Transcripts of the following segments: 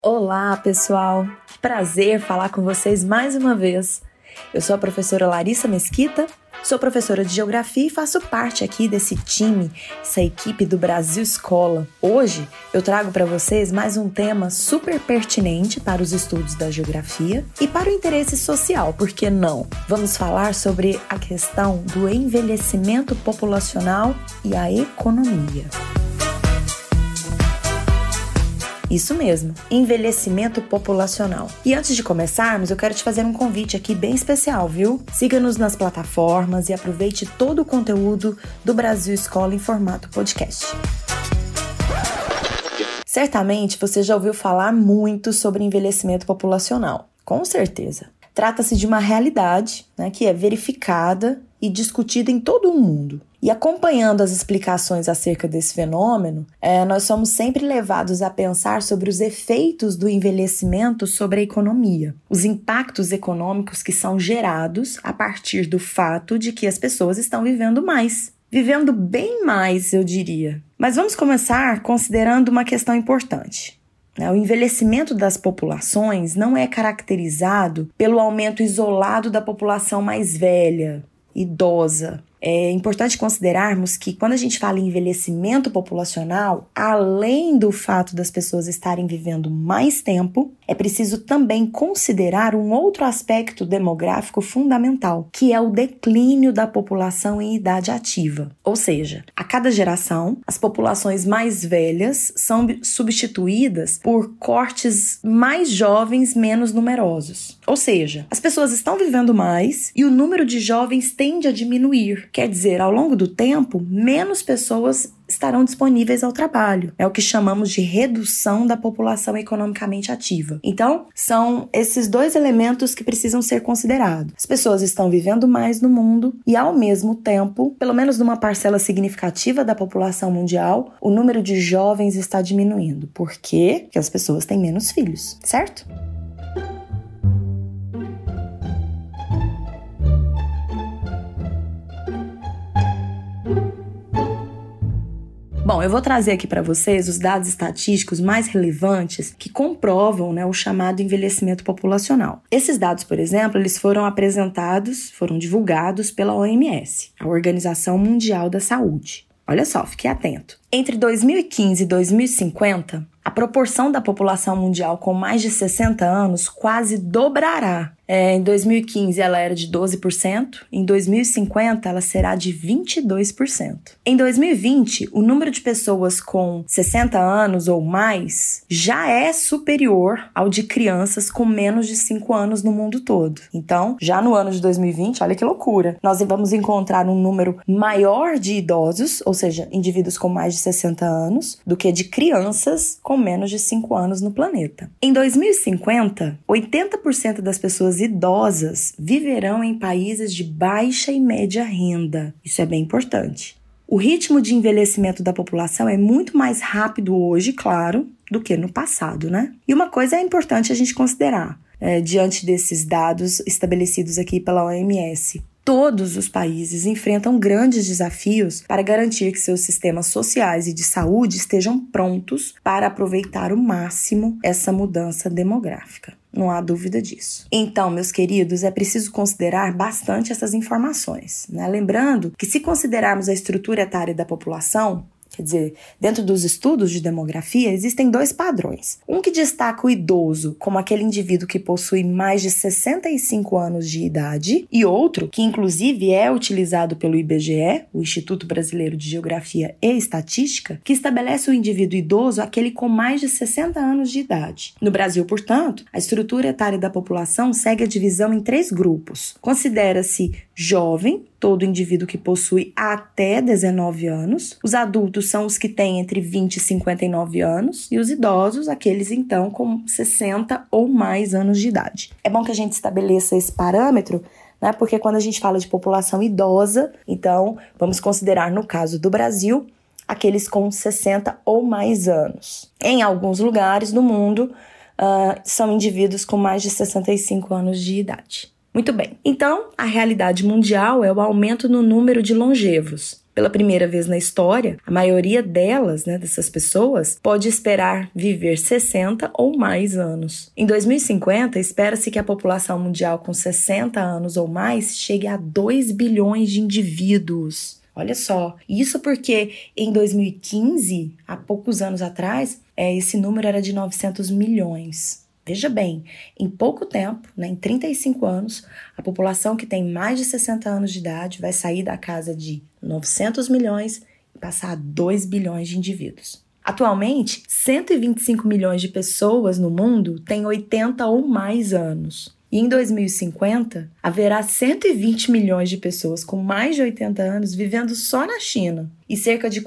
Olá, pessoal! Que prazer falar com vocês mais uma vez. Eu sou a professora Larissa Mesquita, sou professora de Geografia e faço parte aqui desse time, essa equipe do Brasil Escola. Hoje eu trago para vocês mais um tema super pertinente para os estudos da Geografia e para o interesse social, por que não? Vamos falar sobre a questão do envelhecimento populacional e a economia. Isso mesmo, envelhecimento populacional. E antes de começarmos, eu quero te fazer um convite aqui bem especial, viu? Siga-nos nas plataformas e aproveite todo o conteúdo do Brasil Escola em formato podcast. Certamente você já ouviu falar muito sobre envelhecimento populacional, com certeza. Trata-se de uma realidade, que é verificada e discutida em todo o mundo. E acompanhando as explicações acerca desse fenômeno, nós somos sempre levados a pensar sobre os efeitos do envelhecimento sobre a economia, os impactos econômicos que são gerados a partir do fato de que as pessoas estão vivendo mais. Vivendo bem mais, eu diria. Mas vamos começar considerando uma questão importante. O envelhecimento das populações não é caracterizado pelo aumento isolado da população mais velha, idosa. É importante considerarmos que quando a gente fala em envelhecimento populacional, além do fato das pessoas estarem vivendo mais tempo, é preciso também considerar um outro aspecto demográfico fundamental, que é o declínio da população em idade ativa. Ou seja, a cada geração, as populações mais velhas são substituídas por cortes mais jovens, menos numerosos. Ou seja, as pessoas estão vivendo mais e o número de jovens tende a diminuir. Quer dizer, ao longo do tempo, menos pessoas estarão disponíveis ao trabalho. É o que chamamos de redução da população economicamente ativa. Então, são esses dois elementos que precisam ser considerados. As pessoas estão vivendo mais no mundo e, ao mesmo tempo, pelo menos numa parcela significativa da população mundial, o número de jovens está diminuindo. Por quê? Porque as pessoas têm menos filhos, certo? Bom, eu vou trazer aqui para vocês os dados estatísticos mais relevantes que comprovam, o chamado envelhecimento populacional. Esses dados, por exemplo, eles foram divulgados pela OMS, a Organização Mundial da Saúde. Olha só, fique atento. Entre 2015 e 2050, a proporção da população mundial com mais de 60 anos quase dobrará. Em 2015 ela era de 12%, em 2050 ela será de 22%. Em 2020, o número de pessoas com 60 anos ou mais já é superior ao de crianças com menos de 5 anos no mundo todo. Então, já no ano de 2020, olha que loucura, nós vamos encontrar um número maior de idosos, ou seja, indivíduos com mais de 60 anos, do que de crianças com menos de 5 anos no planeta. Em 2050, 80% das pessoas idosas viverão em países de baixa e média renda. Isso é bem importante. O ritmo de envelhecimento da população é muito mais rápido hoje, claro, do que no passado, E uma coisa é importante a gente considerar, diante desses dados estabelecidos aqui pela OMS. Todos os países enfrentam grandes desafios para garantir que seus sistemas sociais e de saúde estejam prontos para aproveitar ao máximo essa mudança demográfica. Não há dúvida disso. Então, meus queridos, é preciso considerar bastante essas informações, Lembrando que se considerarmos a estrutura etária da população, quer dizer, dentro dos estudos de demografia, existem dois padrões. Um que destaca o idoso como aquele indivíduo que possui mais de 65 anos de idade e outro que, inclusive, é utilizado pelo IBGE, o Instituto Brasileiro de Geografia e Estatística, que estabelece o indivíduo idoso aquele com mais de 60 anos de idade. No Brasil, portanto, a estrutura etária da população segue a divisão em 3 grupos. Considera-se jovem, todo indivíduo que possui até 19 anos. Os adultos são os que têm entre 20 e 59 anos. E os idosos, aqueles então com 60 ou mais anos de idade. É bom que a gente estabeleça esse parâmetro, porque quando a gente fala de população idosa, então vamos considerar no caso do Brasil, aqueles com 60 ou mais anos. Em alguns lugares do mundo, são indivíduos com mais de 65 anos de idade. Muito bem. Então, a realidade mundial é o aumento no número de longevos. Pela primeira vez na história, a maioria delas, dessas pessoas, pode esperar viver 60 ou mais anos. Em 2050, espera-se que a população mundial com 60 anos ou mais chegue a 2 bilhões de indivíduos. Olha só, isso porque em 2015, há poucos anos atrás, esse número era de 900 milhões. Veja bem, em pouco tempo, em 35 anos, a população que tem mais de 60 anos de idade vai sair da casa de 900 milhões e passar a 2 bilhões de indivíduos. Atualmente, 125 milhões de pessoas no mundo têm 80 ou mais anos. E em 2050, haverá 120 milhões de pessoas com mais de 80 anos vivendo só na China e cerca de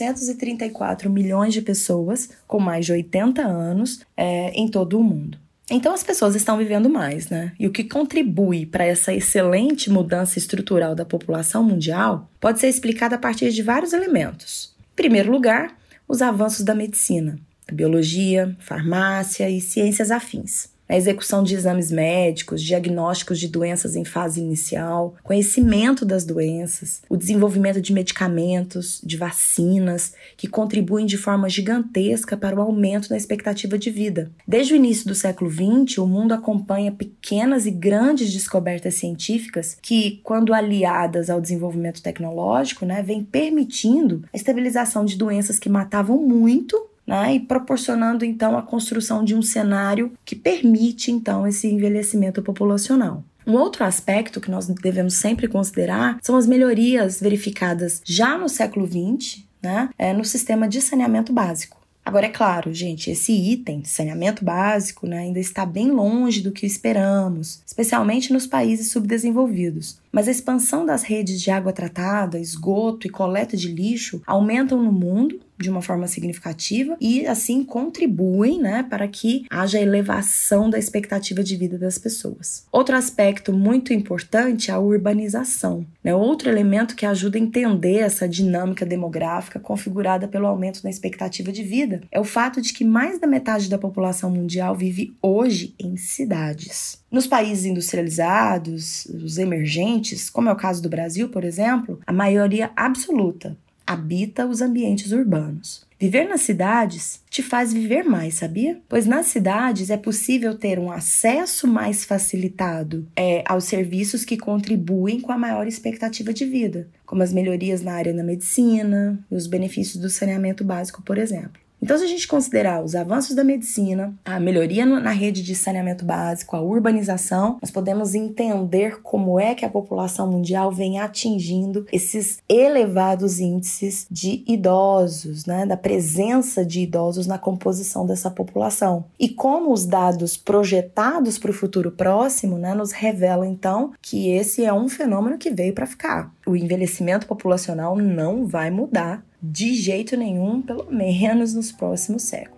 434 milhões de pessoas com mais de 80 anos em todo o mundo. Então as pessoas estão vivendo mais, E o que contribui para essa excelente mudança estrutural da população mundial pode ser explicado a partir de vários elementos. Em primeiro lugar, os avanços da medicina, da biologia, farmácia e ciências afins. A execução de exames médicos, diagnósticos de doenças em fase inicial, conhecimento das doenças, o desenvolvimento de medicamentos, de vacinas, que contribuem de forma gigantesca para o aumento da expectativa de vida. Desde o início do século XX, o mundo acompanha pequenas e grandes descobertas científicas que, quando aliadas ao desenvolvimento tecnológico, vem permitindo a estabilização de doenças que matavam muito, e proporcionando, então, a construção de um cenário que permite, então, esse envelhecimento populacional. Um outro aspecto que nós devemos sempre considerar são as melhorias verificadas já no século XX, no sistema de saneamento básico. Agora, é claro, gente, esse item, saneamento básico, ainda está bem longe do que esperamos, especialmente nos países subdesenvolvidos. Mas a expansão das redes de água tratada, esgoto e coleta de lixo aumentam no mundo de uma forma significativa e, assim, contribuem para que haja elevação da expectativa de vida das pessoas. Outro aspecto muito importante é a urbanização. Outro elemento que ajuda a entender essa dinâmica demográfica configurada pelo aumento da expectativa de vida é o fato de que mais da metade da população mundial vive hoje em cidades. Nos países industrializados, os emergentes, como é o caso do Brasil, por exemplo, a maioria absoluta habita os ambientes urbanos. Viver nas cidades te faz viver mais, sabia? Pois nas cidades é possível ter um acesso mais facilitado aos serviços que contribuem com a maior expectativa de vida, como as melhorias na área da medicina e os benefícios do saneamento básico, por exemplo. Então, se a gente considerar os avanços da medicina, a melhoria na rede de saneamento básico, a urbanização, nós podemos entender como é que a população mundial vem atingindo esses elevados índices de idosos, da presença de idosos na composição dessa população. E como os dados projetados para o futuro próximo, nos revelam, então, que esse é um fenômeno que veio para ficar. O envelhecimento populacional não vai mudar de jeito nenhum, pelo menos nos próximos séculos.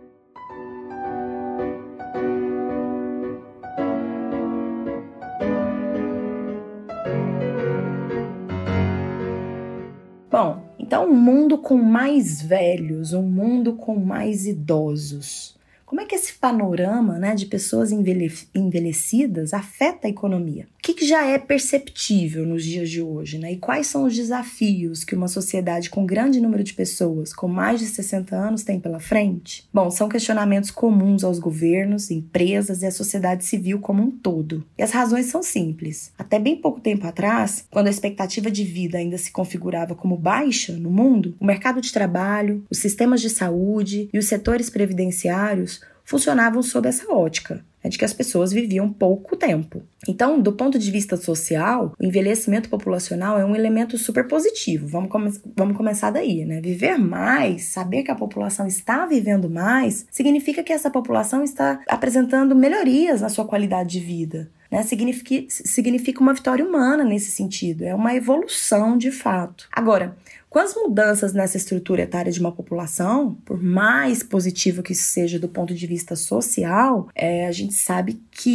Bom, então um mundo com mais velhos, um mundo com mais idosos. Como é que esse panorama de pessoas envelhecidas afeta a economia? O que já é perceptível nos dias de hoje? E quais são os desafios que uma sociedade com grande número de pessoas com mais de 60 anos tem pela frente? Bom, são questionamentos comuns aos governos, empresas e à sociedade civil como um todo. E as razões são simples. Até bem pouco tempo atrás, quando a expectativa de vida ainda se configurava como baixa no mundo, o mercado de trabalho, os sistemas de saúde e os setores previdenciários funcionavam sob essa ótica, de que as pessoas viviam pouco tempo. Então, do ponto de vista social, o envelhecimento populacional é um elemento super positivo. Vamos começar daí, Viver mais, saber que a população está vivendo mais, significa que essa população está apresentando melhorias na sua qualidade de vida. Significa uma vitória humana nesse sentido, é uma evolução de fato. Agora, com as mudanças nessa estrutura etária de uma população, por mais positivo que isso seja do ponto de vista social, a gente sabe que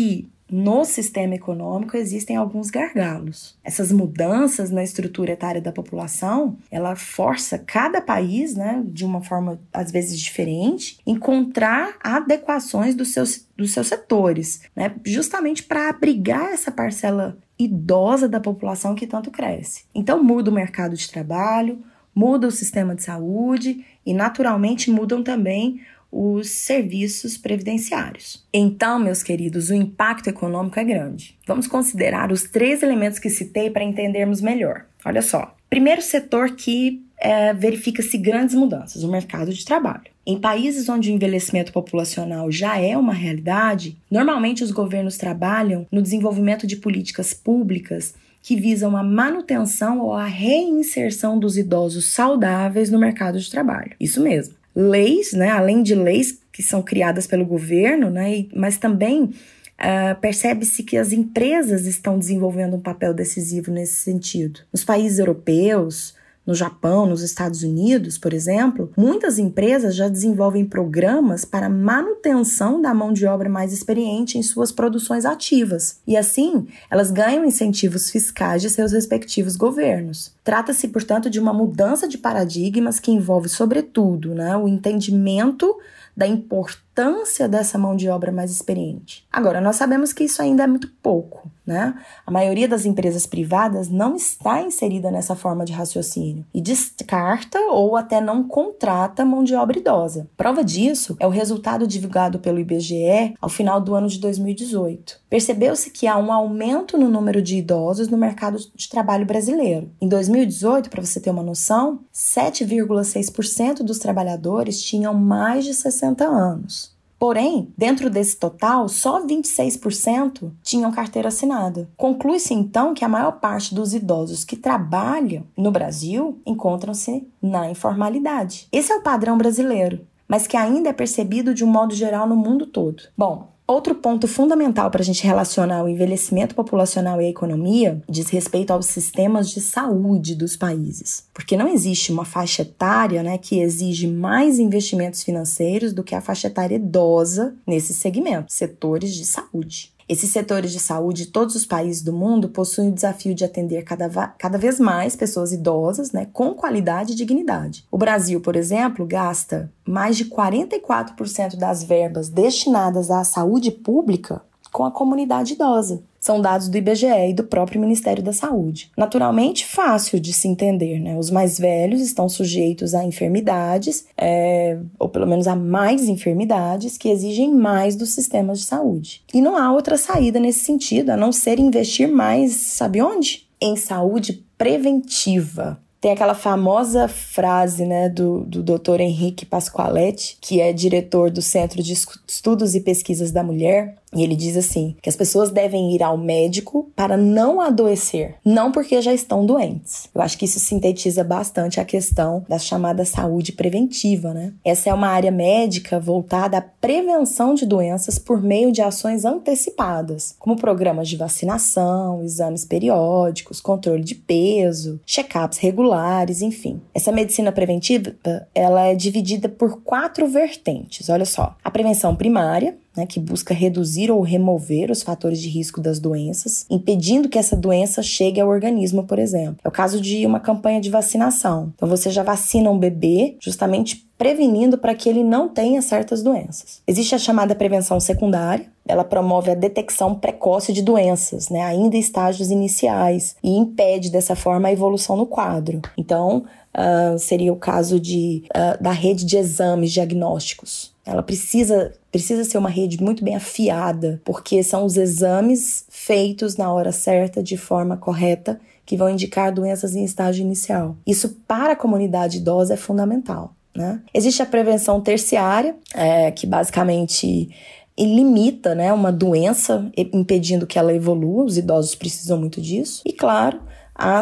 no sistema econômico existem alguns gargalos. Essas mudanças na estrutura etária da população, ela força cada país, né, de uma forma às vezes diferente, encontrar adequações dos seus setores, né, justamente para abrigar essa parcela idosa da população que tanto cresce. Então muda o mercado de trabalho, muda o sistema de saúde e naturalmente mudam também os serviços previdenciários. Então, meus queridos, o impacto econômico é grande. Vamos considerar os 3 elementos que citei para entendermos melhor. Olha só. Primeiro setor que verifica-se grandes mudanças, o mercado de trabalho. Em países onde o envelhecimento populacional já é uma realidade, normalmente os governos trabalham no desenvolvimento de políticas públicas que visam a manutenção ou a reinserção dos idosos saudáveis no mercado de trabalho. Isso mesmo. Leis, né, além de leis que são criadas pelo governo, né, mas também percebe-se que as empresas estão desenvolvendo um papel decisivo nesse sentido. Nos países europeus, no Japão, nos Estados Unidos, por exemplo, muitas empresas já desenvolvem programas para manutenção da mão de obra mais experiente em suas produções ativas. E assim, elas ganham incentivos fiscais de seus respectivos governos. Trata-se, portanto, de uma mudança de paradigmas que envolve, sobretudo, né, o entendimento da importância dessa mão de obra mais experiente. Agora, nós sabemos que isso ainda é muito pouco, né? A maioria das empresas privadas não está inserida nessa forma de raciocínio e descarta ou até não contrata mão de obra idosa. Prova disso é o resultado divulgado pelo IBGE ao final do ano de 2018. Percebeu-se que há um aumento no número de idosos no mercado de trabalho brasileiro. Em 2018, para você ter uma noção, 7,6% dos trabalhadores tinham mais de 60 anos. Porém, dentro desse total, só 26% tinham carteira assinada. Conclui-se, então, que a maior parte dos idosos que trabalham no Brasil encontram-se na informalidade. Esse é o padrão brasileiro, mas que ainda é percebido de um modo geral no mundo todo. Bom, outro ponto fundamental para a gente relacionar o envelhecimento populacional e a economia diz respeito aos sistemas de saúde dos países. Porque não existe uma faixa etária, né, que exige mais investimentos financeiros do que a faixa etária idosa nesses segmentos, setores de saúde. Esses setores de saúde de todos os países do mundo possuem o desafio de atender cada vez mais pessoas idosas, né, com qualidade e dignidade. O Brasil, por exemplo, gasta mais de 44% das verbas destinadas à saúde pública com a comunidade idosa. São dados do IBGE e do próprio Ministério da Saúde. Naturalmente, fácil de se entender, né? Os mais velhos estão sujeitos a enfermidades, ou pelo menos a mais enfermidades, que exigem mais dos sistemas de saúde. E não há outra saída nesse sentido, a não ser investir mais, sabe onde? Em saúde preventiva. Tem aquela famosa frase, né, do Dr. Henrique Pasqualetti, que é diretor do Centro de Estudos e Pesquisas da Mulher, e ele diz assim, que as pessoas devem ir ao médico para não adoecer, não porque já estão doentes. Eu acho que isso sintetiza bastante a questão da chamada saúde preventiva, né? Essa é uma área médica voltada à prevenção de doenças por meio de ações antecipadas, como programas de vacinação, exames periódicos, controle de peso, check-ups regulares, enfim. Essa medicina preventiva, ela é dividida por 4 vertentes, olha só. A prevenção primária, né, que busca reduzir ou remover os fatores de risco das doenças, impedindo que essa doença chegue ao organismo, por exemplo. É o caso de uma campanha de vacinação. Então, você já vacina um bebê justamente prevenindo para que ele não tenha certas doenças. Existe a chamada prevenção secundária. Ela promove a detecção precoce de doenças, né, ainda em estágios iniciais, e impede, dessa forma, a evolução no quadro. Então, seria o caso da rede de exames diagnósticos. Ela precisa ser uma rede muito bem afiada, porque são os exames feitos na hora certa, de forma correta, que vão indicar doenças em estágio inicial. Isso, para a comunidade idosa, é fundamental, né? Existe a prevenção terciária, que basicamente limita, né, uma doença, impedindo que ela evolua. Os idosos precisam muito disso. E, claro, a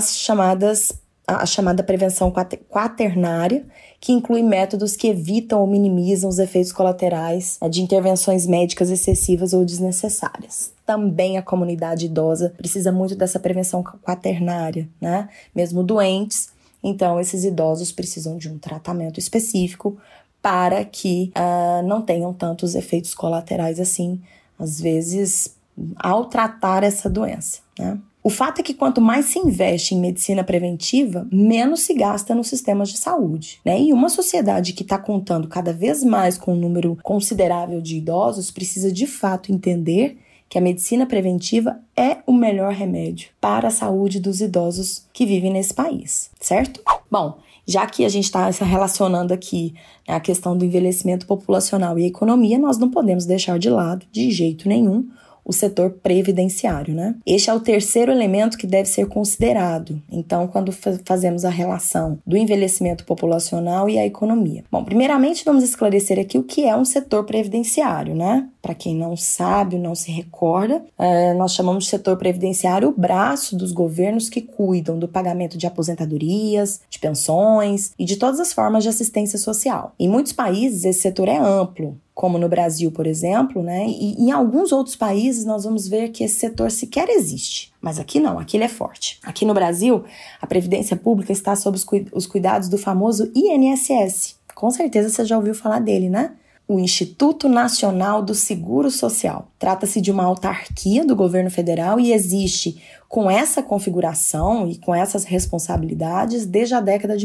chamada prevenção quaternária, que inclui métodos que evitam ou minimizam os efeitos colaterais de intervenções médicas excessivas ou desnecessárias. Também a comunidade idosa precisa muito dessa prevenção quaternária, né? Mesmo doentes, então esses idosos precisam de um tratamento específico para que não tenham tantos efeitos colaterais assim, às vezes ao tratar essa doença, né? O fato é que quanto mais se investe em medicina preventiva, menos se gasta nos sistemas de saúde, né? E uma sociedade que está contando cada vez mais com um número considerável de idosos precisa de fato entender que a medicina preventiva é o melhor remédio para a saúde dos idosos que vivem nesse país, certo? Bom, já que a gente está relacionando aqui a questão do envelhecimento populacional e a economia, nós não podemos deixar de lado, de jeito nenhum, o setor previdenciário, né? Este é o terceiro elemento que deve ser considerado, então, quando fazemos a relação do envelhecimento populacional e a economia. Bom, primeiramente, vamos esclarecer aqui o que é um setor previdenciário, né? Para quem não sabe ou não se recorda, nós chamamos de setor previdenciário o braço dos governos que cuidam do pagamento de aposentadorias, de pensões e de todas as formas de assistência social. Em muitos países, esse setor é amplo, como no Brasil, por exemplo, né? E em alguns outros países nós vamos ver que esse setor sequer existe. Mas aqui não, aqui ele é forte. Aqui no Brasil, a Previdência Pública está sob os cuidados do famoso INSS. Com certeza você já ouviu falar dele, né? O Instituto Nacional do Seguro Social. Trata-se de uma autarquia do governo federal e existe com essa configuração e com essas responsabilidades desde a década de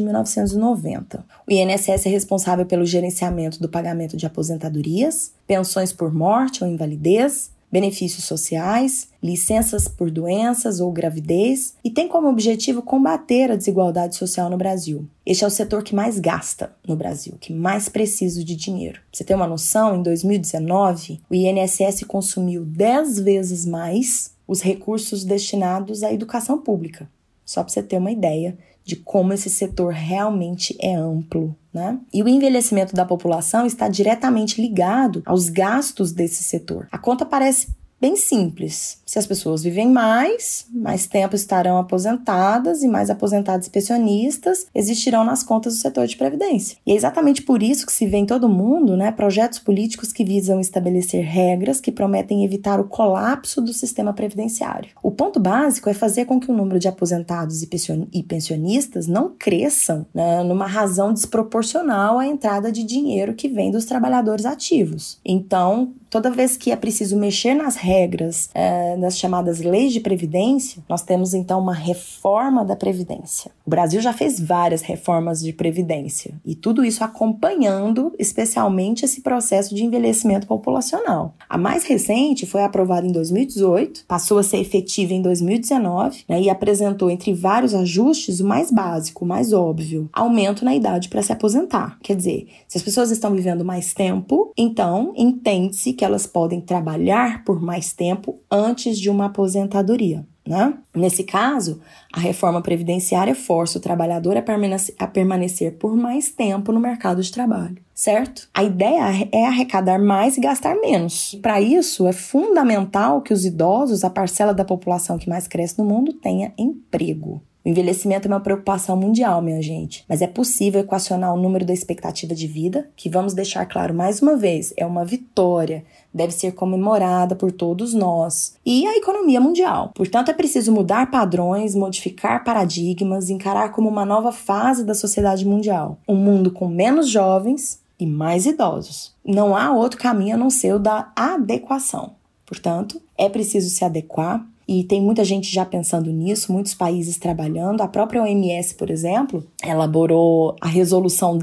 1990. O INSS é responsável pelo gerenciamento do pagamento de aposentadorias, pensões por morte ou invalidez, benefícios sociais, licenças por doenças ou gravidez e tem como objetivo combater a desigualdade social no Brasil. Este é o setor que mais gasta no Brasil, que mais precisa de dinheiro. Pra você ter uma noção, em 2019, o INSS consumiu 10 vezes mais os recursos destinados à educação pública. Só para você ter uma ideia de como esse setor realmente é amplo, né? E o envelhecimento da população está diretamente ligado aos gastos desse setor. A conta parece bem simples. Se as pessoas vivem mais tempo estarão aposentadas e mais aposentados e pensionistas existirão nas contas do setor de previdência. E é exatamente por isso que se vê em todo mundo, né, projetos políticos que visam estabelecer regras que prometem evitar o colapso do sistema previdenciário. O ponto básico é fazer com que o número de aposentados e pensionistas não cresçam, né, numa razão desproporcional à entrada de dinheiro que vem dos trabalhadores ativos. Então, toda vez que é preciso mexer nas regras das chamadas leis de previdência, nós temos então uma reforma da Previdência. O Brasil já fez várias reformas de Previdência e tudo isso acompanhando especialmente esse processo de envelhecimento populacional. A mais recente foi aprovada em 2018, passou a ser efetiva em 2019, né, e apresentou entre vários ajustes o mais básico, o mais óbvio, aumento na idade para se aposentar. Quer dizer, se as pessoas estão vivendo mais tempo, então entende-se que elas podem trabalhar por mais tempo antes de uma aposentadoria, né? Nesse caso, a reforma previdenciária força o trabalhador a permanecer por mais tempo no mercado de trabalho, certo? A ideia é arrecadar mais e gastar menos. Para isso, é fundamental que os idosos, a parcela da população que mais cresce no mundo, tenha emprego. O envelhecimento é uma preocupação mundial, minha gente, mas é possível equacionar o número da expectativa de vida, que vamos deixar claro mais uma vez, é uma vitória, deve ser comemorada por todos nós, e a economia mundial. Portanto, é preciso mudar padrões, modificar paradigmas, encarar como uma nova fase da sociedade mundial. Um mundo com menos jovens e mais idosos. Não há outro caminho a não ser o da adequação. Portanto, é preciso se adequar. E tem muita gente já pensando nisso, muitos países trabalhando. A própria OMS, por exemplo, elaborou a resolução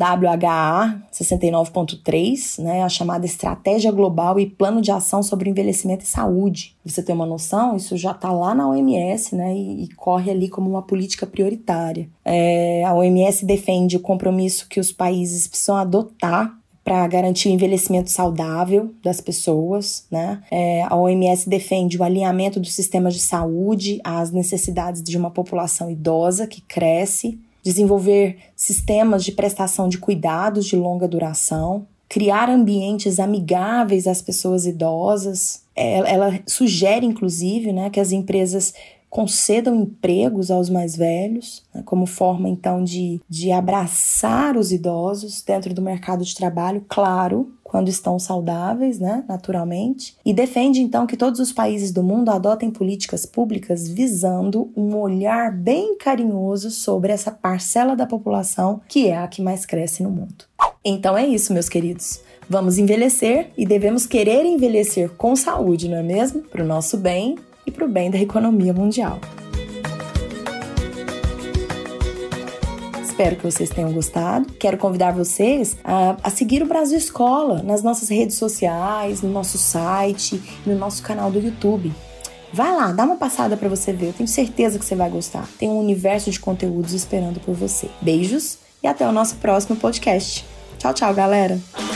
WHA 69.3, né, a chamada Estratégia Global e Plano de Ação sobre Envelhecimento e Saúde. Pra você ter uma noção, isso já está lá na OMS, né, e corre ali como uma política prioritária. A OMS defende o compromisso que os países precisam adotar para garantir o envelhecimento saudável das pessoas, né? A OMS defende o alinhamento dos sistemas de saúde às necessidades de uma população idosa que cresce, desenvolver sistemas de prestação de cuidados de longa duração, criar ambientes amigáveis às pessoas idosas. Ela sugere, inclusive, né, que as empresas concedam empregos aos mais velhos, né, como forma, então, de abraçar os idosos dentro do mercado de trabalho, claro, quando estão saudáveis, né, naturalmente, e defende, então, que todos os países do mundo adotem políticas públicas visando um olhar bem carinhoso sobre essa parcela da população que é a que mais cresce no mundo. Então é isso, meus queridos. Vamos envelhecer e devemos querer envelhecer com saúde, não é mesmo? Para o nosso bem e para o bem da economia mundial. Espero que vocês tenham gostado. Quero convidar vocês a seguir o Brasil Escola nas nossas redes sociais, no nosso site, no nosso canal do YouTube. Vai lá, dá uma passada para você ver. Eu tenho certeza que você vai gostar. Tem um universo de conteúdos esperando por você. Beijos e até o nosso próximo podcast. Tchau, tchau, galera!